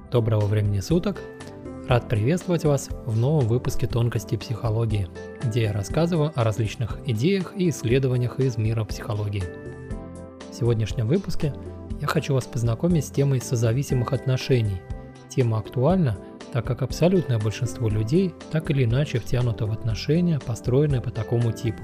Доброго времени суток! Рад приветствовать вас в новом выпуске «Тонкости психологии», где я рассказываю о различных идеях и исследованиях из мира психологии. В сегодняшнем выпуске я хочу вас познакомить с темой созависимых отношений. Тема актуальна, так как абсолютное большинство людей так или иначе втянуто в отношения, построенные по такому типу.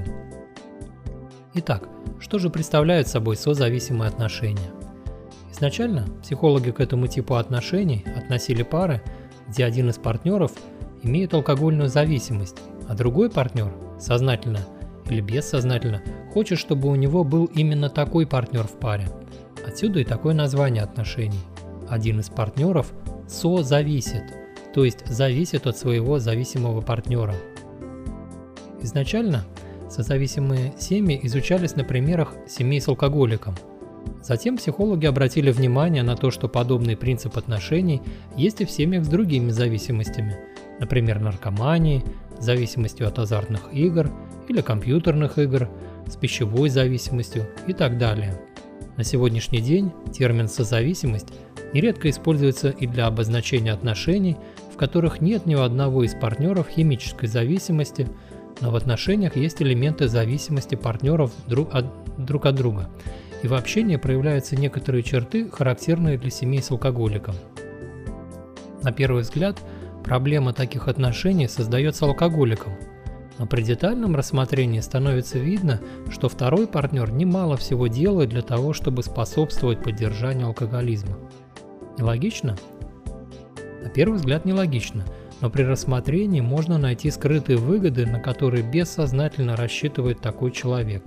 Итак, что же представляют собой созависимые отношения? Изначально психологи к этому типу отношений относили пары, где один из партнеров имеет алкогольную зависимость, а другой партнер, сознательно или бессознательно, хочет, чтобы у него был именно такой партнер в паре. Отсюда и такое название отношений. Один из партнеров созависит, то есть зависит от своего зависимого партнера. Изначально созависимые семьи изучались на примерах семей с алкоголиком. Затем психологи обратили внимание на то, что подобный принцип отношений есть и в семьях с другими зависимостями, например, наркоманией, зависимостью от азартных игр или компьютерных игр, с пищевой зависимостью и так далее. На сегодняшний день термин «созависимость» нередко используется и для обозначения отношений, в которых нет ни у одного из партнеров химической зависимости, но в отношениях есть элементы зависимости партнеров друг от друга. И в общении проявляются некоторые черты, характерные для семей с алкоголиком. На первый взгляд, проблема таких отношений создается алкоголиком, но при детальном рассмотрении становится видно, что второй партнер немало всего делает для того, чтобы способствовать поддержанию алкоголизма. Нелогично? На первый взгляд нелогично, но при рассмотрении можно найти скрытые выгоды, на которые бессознательно рассчитывает такой человек.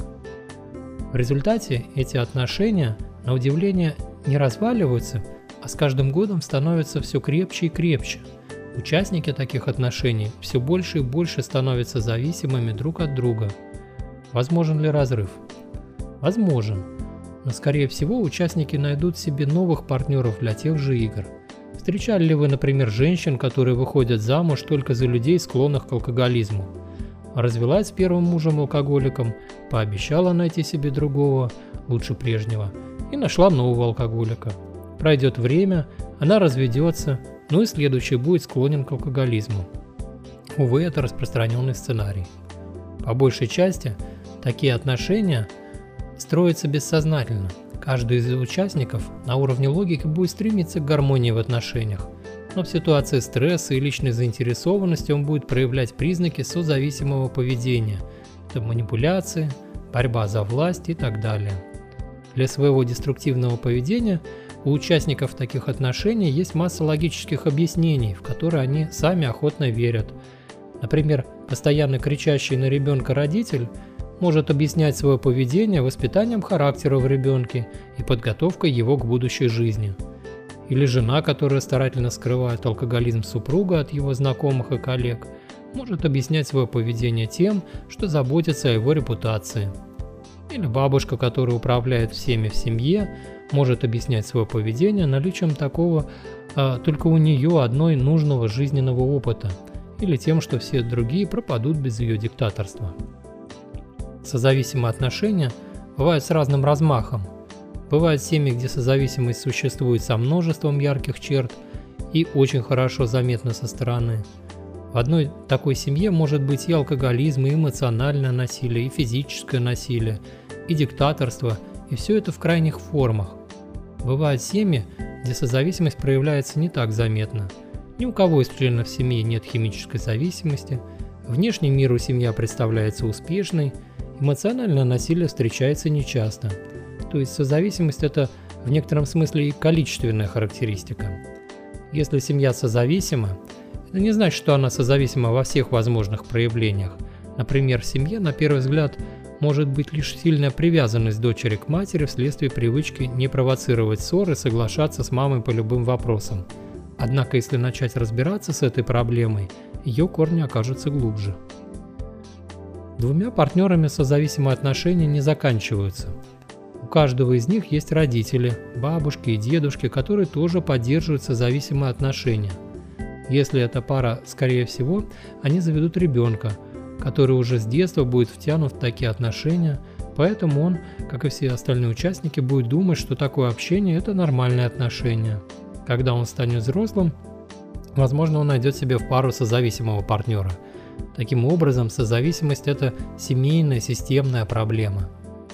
В результате эти отношения, на удивление, не разваливаются, а с каждым годом становятся все крепче и крепче. Участники таких отношений все больше и больше становятся зависимыми друг от друга. Возможен ли разрыв? Возможен, но скорее всего участники найдут себе новых партнеров для тех же игр. Встречали ли вы, например, женщин, которые выходят замуж только за людей, склонных к алкоголизму? Развелась с первым мужем-алкоголиком, пообещала найти себе другого, лучше прежнего, и нашла нового алкоголика. Пройдет время, она разведется, ну и следующий будет склонен к алкоголизму. Увы, это распространенный сценарий. По большей части, такие отношения строятся бессознательно. Каждый из участников на уровне логики будет стремиться к гармонии в отношениях, но в ситуации стресса и личной заинтересованности он будет проявлять признаки созависимого поведения. Это манипуляции, борьба за власть и так далее. Для своего деструктивного поведения у участников таких отношений есть масса логических объяснений, в которые они сами охотно верят. Например, постоянно кричащий на ребенка родитель может объяснять свое поведение воспитанием характера в ребенке и подготовкой его к будущей жизни. Или жена, которая старательно скрывает алкоголизм супруга от его знакомых и коллег, может объяснять свое поведение тем, что заботится о его репутации. Или бабушка, которая управляет всеми в семье, может объяснять свое поведение наличием такого только у нее одной нужного жизненного опыта, или тем, что все другие пропадут без ее диктаторства. Созависимые отношения бывают с разным размахом. Бывают семьи, где созависимость существует со множеством ярких черт и очень хорошо заметна со стороны. В одной такой семье может быть и алкоголизм, и эмоциональное насилие, и физическое насилие, и диктаторство, и все это в крайних формах. Бывают семьи, где созависимость проявляется не так заметно. Ни у кого из членов семьи нет химической зависимости, внешний миру семья представляется успешной, эмоциональное насилие встречается нечасто. То есть созависимость – это в некотором смысле и количественная характеристика. Если семья созависима, это не значит, что она созависима во всех возможных проявлениях. Например, в семье, на первый взгляд, может быть лишь сильная привязанность дочери к матери вследствие привычки не провоцировать ссоры и соглашаться с мамой по любым вопросам. Однако, если начать разбираться с этой проблемой, ее корни окажутся глубже. Двумя партнерами созависимые отношения не заканчиваются. У каждого из них есть родители, бабушки и дедушки, которые тоже поддерживают созависимые отношения. Если это пара, скорее всего, они заведут ребенка, который уже с детства будет втянут в такие отношения, поэтому он, как и все остальные участники, будет думать, что такое общение – это нормальные отношения. Когда он станет взрослым, возможно, он найдет себе в пару созависимого партнера. Таким образом, созависимость – это семейная системная проблема.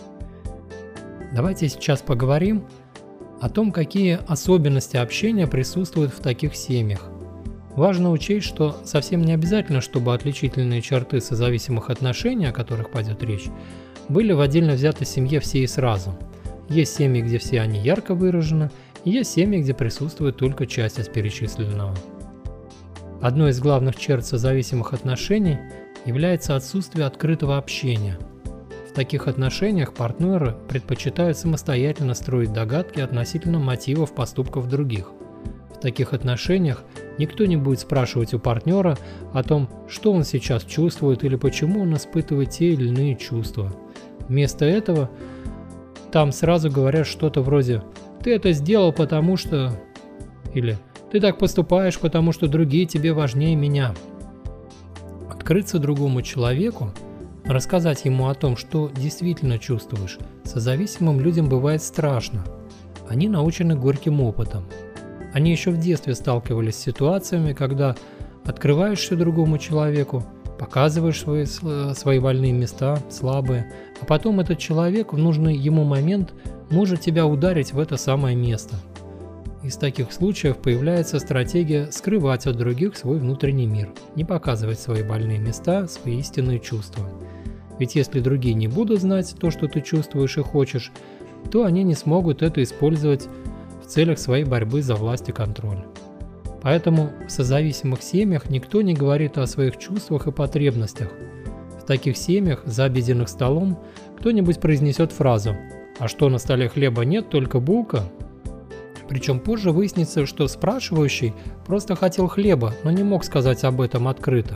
Давайте сейчас поговорим о том, какие особенности общения присутствуют в таких семьях. Важно учесть, что совсем не обязательно, чтобы отличительные черты созависимых отношений, о которых пойдет речь, были в отдельно взятой семье все и сразу. Есть семьи, где все они ярко выражены, и есть семьи, где присутствует только часть из перечисленного. Одной из главных черт созависимых отношений является отсутствие открытого общения. В таких отношениях партнеры предпочитают самостоятельно строить догадки относительно мотивов поступков других. В таких отношениях никто не будет спрашивать у партнера о том, что он сейчас чувствует или почему он испытывает те или иные чувства. Вместо этого там сразу говорят что-то вроде «ты это сделал потому что…» или «ты так поступаешь, потому что другие тебе важнее меня». Открыться другому человеку, рассказать ему о том, что действительно чувствуешь, созависимым людям бывает страшно. Они научены горьким опытом. Они еще в детстве сталкивались с ситуациями, когда открываешься другому человеку, показываешь свои больные места, слабые, а потом этот человек в нужный ему момент может тебя ударить в это самое место. Из таких случаев появляется стратегия скрывать от других свой внутренний мир, не показывать свои больные места, свои истинные чувства. Ведь если другие не будут знать то, что ты чувствуешь и хочешь, то они не смогут это использовать в целях своей борьбы за власть и контроль. Поэтому в созависимых семьях никто не говорит о своих чувствах и потребностях. В таких семьях за обеденным столом кто-нибудь произнесет фразу «А что, на столе хлеба нет, только булка?» Причем позже выяснится, что спрашивающий просто хотел хлеба, но не мог сказать об этом открыто.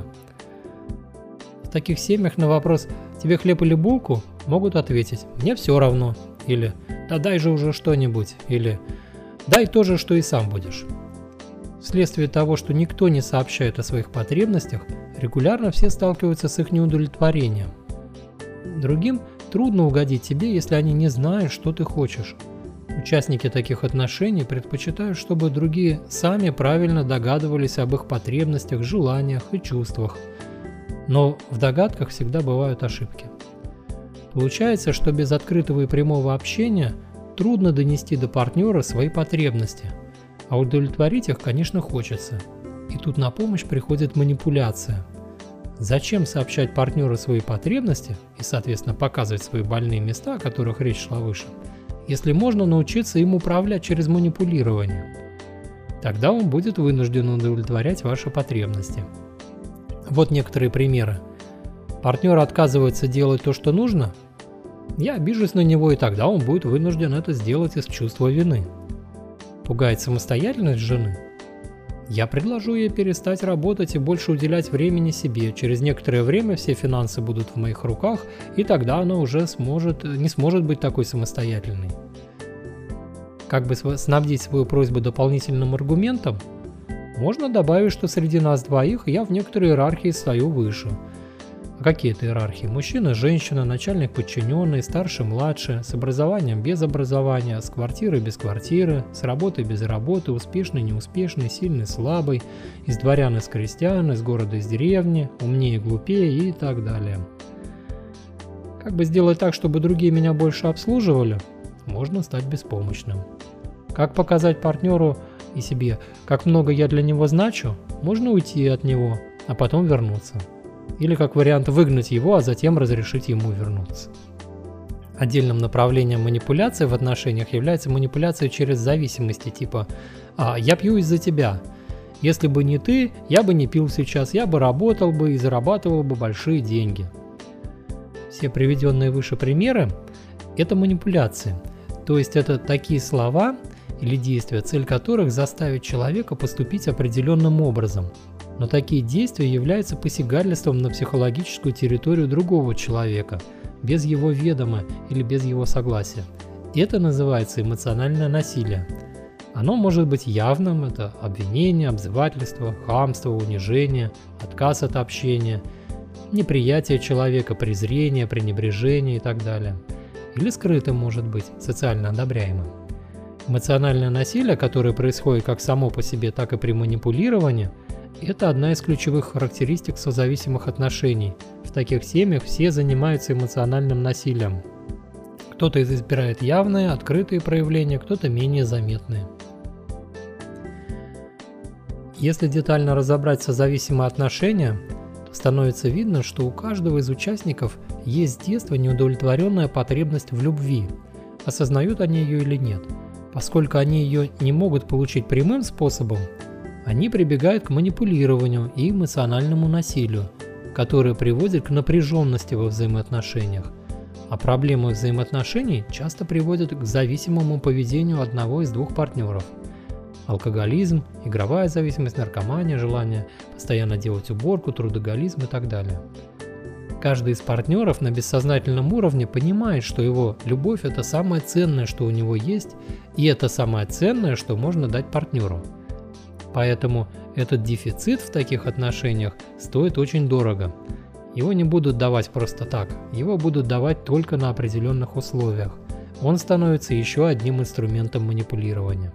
В таких семьях на вопрос «тебе хлеб или булку?» могут ответить «мне все равно» или «да дай же уже что-нибудь» или «дай то же, что и сам будешь». Вследствие того, что никто не сообщает о своих потребностях, регулярно все сталкиваются с их неудовлетворением. Другим трудно угодить тебе, если они не знают, что ты хочешь. Участники таких отношений предпочитают, чтобы другие сами правильно догадывались об их потребностях, желаниях и чувствах. Но в догадках всегда бывают ошибки. Получается, что без открытого и прямого общения трудно донести до партнера свои потребности, а удовлетворить их, конечно, хочется. И тут на помощь приходит манипуляция. Зачем сообщать партнеру свои потребности и, соответственно, показывать свои больные места, о которых речь шла выше, если можно научиться им управлять через манипулирование? Тогда он будет вынужден удовлетворять ваши потребности. Вот некоторые примеры. Партнер отказывается делать то, что нужно. Я обижусь на него, и тогда он будет вынужден это сделать из чувства вины. Пугает самостоятельность жены. Я предложу ей перестать работать и больше уделять времени себе. Через некоторое время все финансы будут в моих руках, и тогда она уже не сможет быть такой самостоятельной. Как бы снабдить свою просьбу дополнительным аргументом? Можно добавить, что среди нас двоих я в некоторой иерархии стою выше. А какие это иерархии? Мужчина, женщина, начальник, подчиненный, старший, младший, с образованием, без образования, с квартирой, без квартиры, с работой, без работы, успешный, неуспешный, сильный, слабый, из дворян, из крестьян, из города, из деревни, умнее, глупее и так далее. Как бы сделать так, чтобы другие меня больше обслуживали? Можно стать беспомощным. Как показать партнеру и себе, как много я для него значу? Можно уйти от него, а потом вернуться. Или как вариант выгнать его, а затем разрешить ему вернуться. Отдельным направлением манипуляции в отношениях является манипуляция через зависимости типа «я пью из-за тебя». Если бы не ты, я бы не пил сейчас, я бы работал бы и зарабатывал бы большие деньги. Все приведенные выше примеры – это манипуляции. То есть это такие слова или действия, цель которых заставить человека поступить определенным образом. Но такие действия являются посягательством на психологическую территорию другого человека, без его ведома или без его согласия. Это называется эмоциональное насилие. Оно может быть явным – это обвинение, обзывательство, хамство, унижение, отказ от общения, неприятие человека, презрение, пренебрежение и так далее. Или скрытым может быть, социально одобряемым. Эмоциональное насилие, которое происходит как само по себе, так и при манипулировании, это одна из ключевых характеристик созависимых отношений. В таких семьях все занимаются эмоциональным насилием. Кто-то избирает явные, открытые проявления, кто-то менее заметные. Если детально разобрать созависимые отношения, то становится видно, что у каждого из участников есть с детства неудовлетворенная потребность в любви, осознают они ее или нет. Поскольку они ее не могут получить прямым способом, они прибегают к манипулированию и эмоциональному насилию, которое приводит к напряженности во взаимоотношениях. А проблемы взаимоотношений часто приводят к зависимому поведению одного из двух партнеров. Алкоголизм, игровая зависимость, наркомания, желание постоянно делать уборку, трудоголизм и так далее. Каждый из партнеров на бессознательном уровне понимает, что его любовь – это самое ценное, что у него есть, и это самое ценное, что можно дать партнеру. Поэтому этот дефицит в таких отношениях стоит очень дорого. Его не будут давать просто так, его будут давать только на определенных условиях. Он становится еще одним инструментом манипулирования.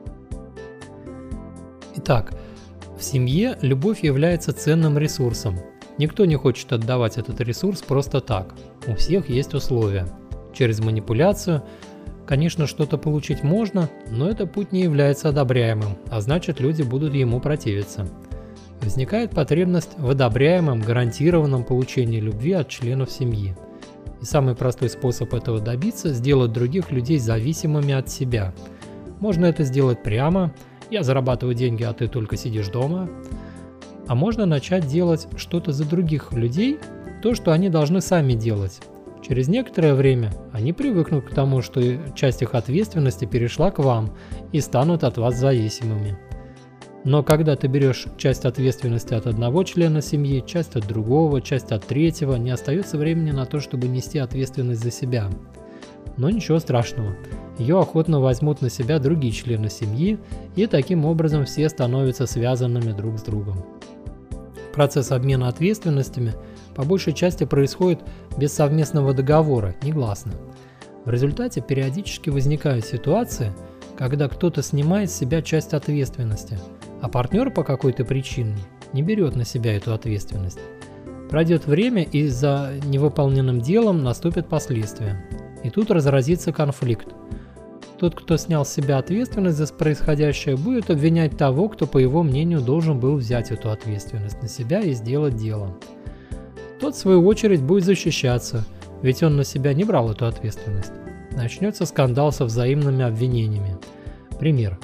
Итак, в семье любовь является ценным ресурсом. Никто не хочет отдавать этот ресурс просто так. У всех есть условия. Через манипуляцию, конечно, что-то получить можно, но этот путь не является одобряемым, а значит, люди будут ему противиться. Возникает потребность в одобряемом, гарантированном получении любви от членов семьи. И самый простой способ этого добиться – сделать других людей зависимыми от себя. Можно это сделать прямо: «Я зарабатываю деньги, а ты только сидишь дома». А можно начать делать что-то за других людей, то, что они должны сами делать. Через некоторое время они привыкнут к тому, что часть их ответственности перешла к вам и станут от вас зависимыми. Но когда ты берешь часть ответственности от одного члена семьи, часть от другого, часть от третьего, не остается времени на то, чтобы нести ответственность за себя. Но ничего страшного, ее охотно возьмут на себя другие члены семьи, и таким образом все становятся связанными друг с другом. Процесс обмена ответственностями по большей части происходит без совместного договора, негласно. В результате периодически возникают ситуации, когда кто-то снимает с себя часть ответственности, а партнер по какой-то причине не берет на себя эту ответственность. Пройдет время, и за невыполненным делом наступят последствия. И тут разразится конфликт. Тот, кто снял с себя ответственность за происходящее, будет обвинять того, кто, по его мнению, должен был взять эту ответственность на себя и сделать дело. Тот, в свою очередь, будет защищаться, ведь он на себя не брал эту ответственность. Начнется скандал со взаимными обвинениями. Пример.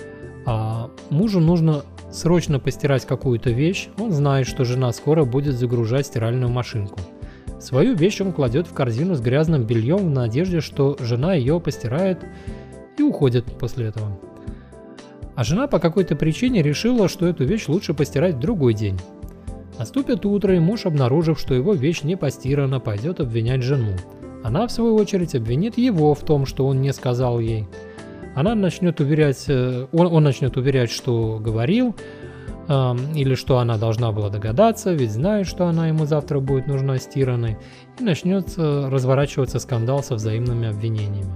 Мужу нужно срочно постирать какую-то вещь, он знает, что жена скоро будет загружать стиральную машинку. Свою вещь он кладет в корзину с грязным бельем в надежде, что жена ее постирает, и уходит после этого. А жена по какой-то причине решила, что эту вещь лучше постирать в другой день. Наступит утро, и муж, обнаружив, что его вещь не постирана, пойдет обвинять жену. Она, в свою очередь, обвинит его в том, что он не сказал ей. Он начнет уверять, что говорил, или что она должна была догадаться, ведь знает, что она ему завтра будет нужна стиранной, и начнет разворачиваться скандал со взаимными обвинениями.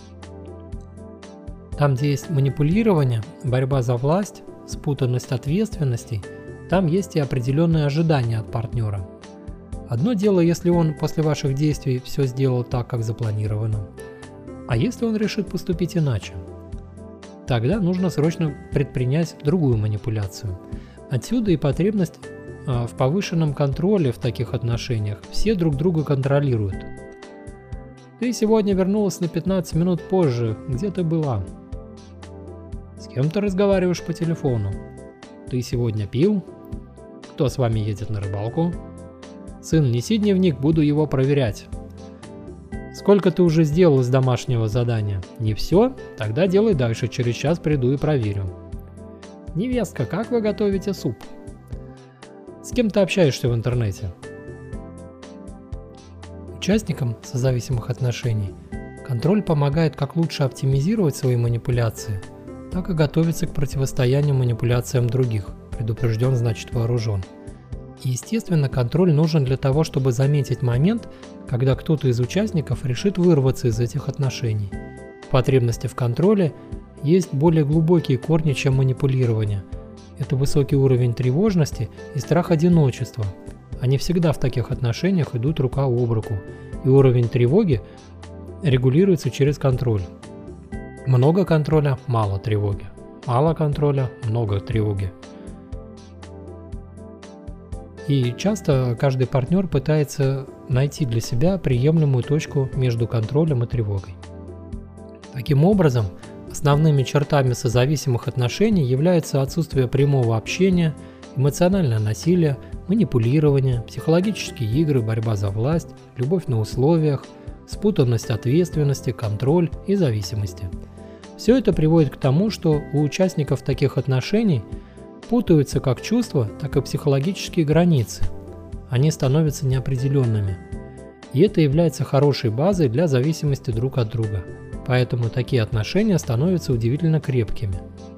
Там, где есть манипулирование, борьба за власть, спутанность ответственностей, там есть и определенные ожидания от партнера. Одно дело, если он после ваших действий все сделал так, как запланировано. А если он решит поступить иначе? Тогда нужно срочно предпринять другую манипуляцию. Отсюда и потребность в повышенном контроле в таких отношениях. Все друг друга контролируют. Ты сегодня вернулась на 15 минут позже. Где ты была? С кем ты разговариваешь по телефону? Ты сегодня пил? Кто с вами едет на рыбалку? Сын, неси дневник, буду его проверять. Сколько ты уже сделал из домашнего задания? Не все? Тогда делай дальше, через час приду и проверю. Невестка, как вы готовите суп? С кем ты общаешься в интернете? Участникам созависимых отношений контроль помогает как лучше оптимизировать свои манипуляции, так и готовиться к противостоянию манипуляциям других. Предупрежден, значит вооружен. И, естественно, контроль нужен для того, чтобы заметить момент, когда кто-то из участников решит вырваться из этих отношений. В потребности в контроле есть более глубокие корни, чем манипулирование. Это высокий уровень тревожности и страх одиночества. Они всегда в таких отношениях идут рука об руку, и уровень тревоги регулируется через контроль. Много контроля – мало тревоги. Мало контроля – много тревоги. И часто каждый партнер пытается найти для себя приемлемую точку между контролем и тревогой. Таким образом, основными чертами созависимых отношений являются отсутствие прямого общения, эмоциональное насилие, манипулирование, психологические игры, борьба за власть, любовь на условиях, спутанность ответственности, контроль и зависимости. Все это приводит к тому, что у участников таких отношений путаются как чувства, так и психологические границы. Они становятся неопределенными. И это является хорошей базой для зависимости друг от друга. Поэтому такие отношения становятся удивительно крепкими.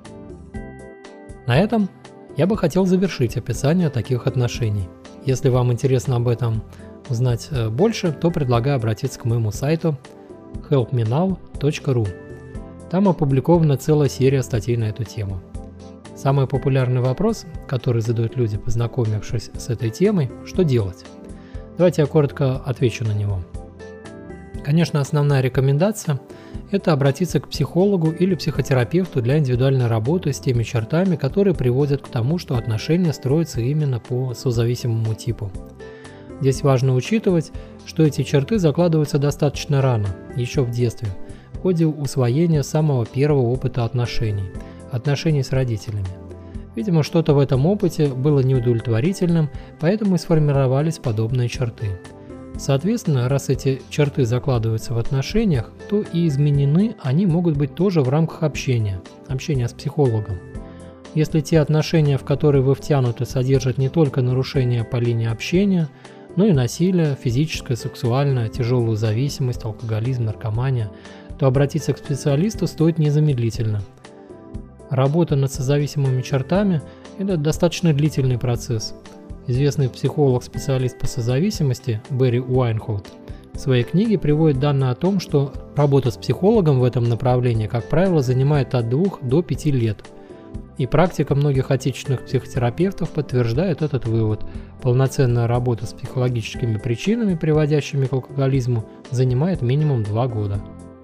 На этом я бы хотел завершить описание таких отношений. Если вам интересно об этом узнать больше, то предлагаю обратиться к моему сайту helpmenow.ru. Там опубликована целая серия статей на эту тему. Самый популярный вопрос, который задают люди, познакомившись с этой темой, что делать? Давайте я коротко отвечу на него. Конечно, основная рекомендация – это обратиться к психологу или психотерапевту для индивидуальной работы с теми чертами, которые приводят к тому, что отношения строятся именно по созависимому типу. Здесь важно учитывать, что эти черты закладываются достаточно рано, еще в детстве, в ходе усвоения самого первого опыта отношений с родителями. Видимо, что-то в этом опыте было неудовлетворительным, поэтому и сформировались подобные черты. Соответственно, раз эти черты закладываются в отношениях, то и изменены они могут быть тоже в рамках общения с психологом. Если те отношения, в которые вы втянуты, содержат не только нарушения по линии общения, но и насилие, физическое, сексуальное, тяжелую зависимость, алкоголизм, наркомания, то обратиться к специалисту стоит незамедлительно. Работа над созависимыми чертами – это достаточно длительный процесс. Известный психолог-специалист по созависимости Берри Уайнхолд в своей книге приводит данные о том, что работа с психологом в этом направлении, как правило, занимает от 2 до 5 лет. И практика многих отечественных психотерапевтов подтверждает этот вывод. Полноценная работа с психологическими причинами, приводящими к алкоголизму, занимает минимум 2 года.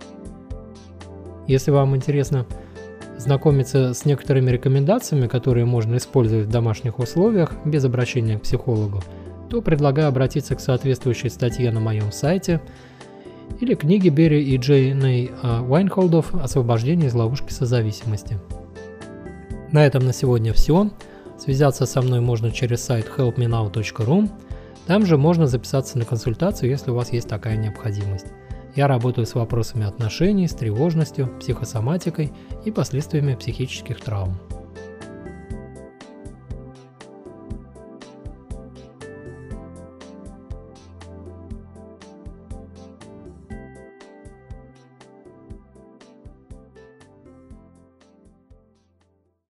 Если вам интересно знакомиться с некоторыми рекомендациями, которые можно использовать в домашних условиях без обращения к психологу, то предлагаю обратиться к соответствующей статье на моем сайте или книге Берри и Джейн Уайнхолдов «Освобождение из ловушки созависимости». На этом на сегодня все. Связаться со мной можно через сайт helpmenow.ru. Там же можно записаться на консультацию, если у вас есть такая необходимость. Я работаю с вопросами отношений, с тревожностью, психосоматикой и последствиями психических травм.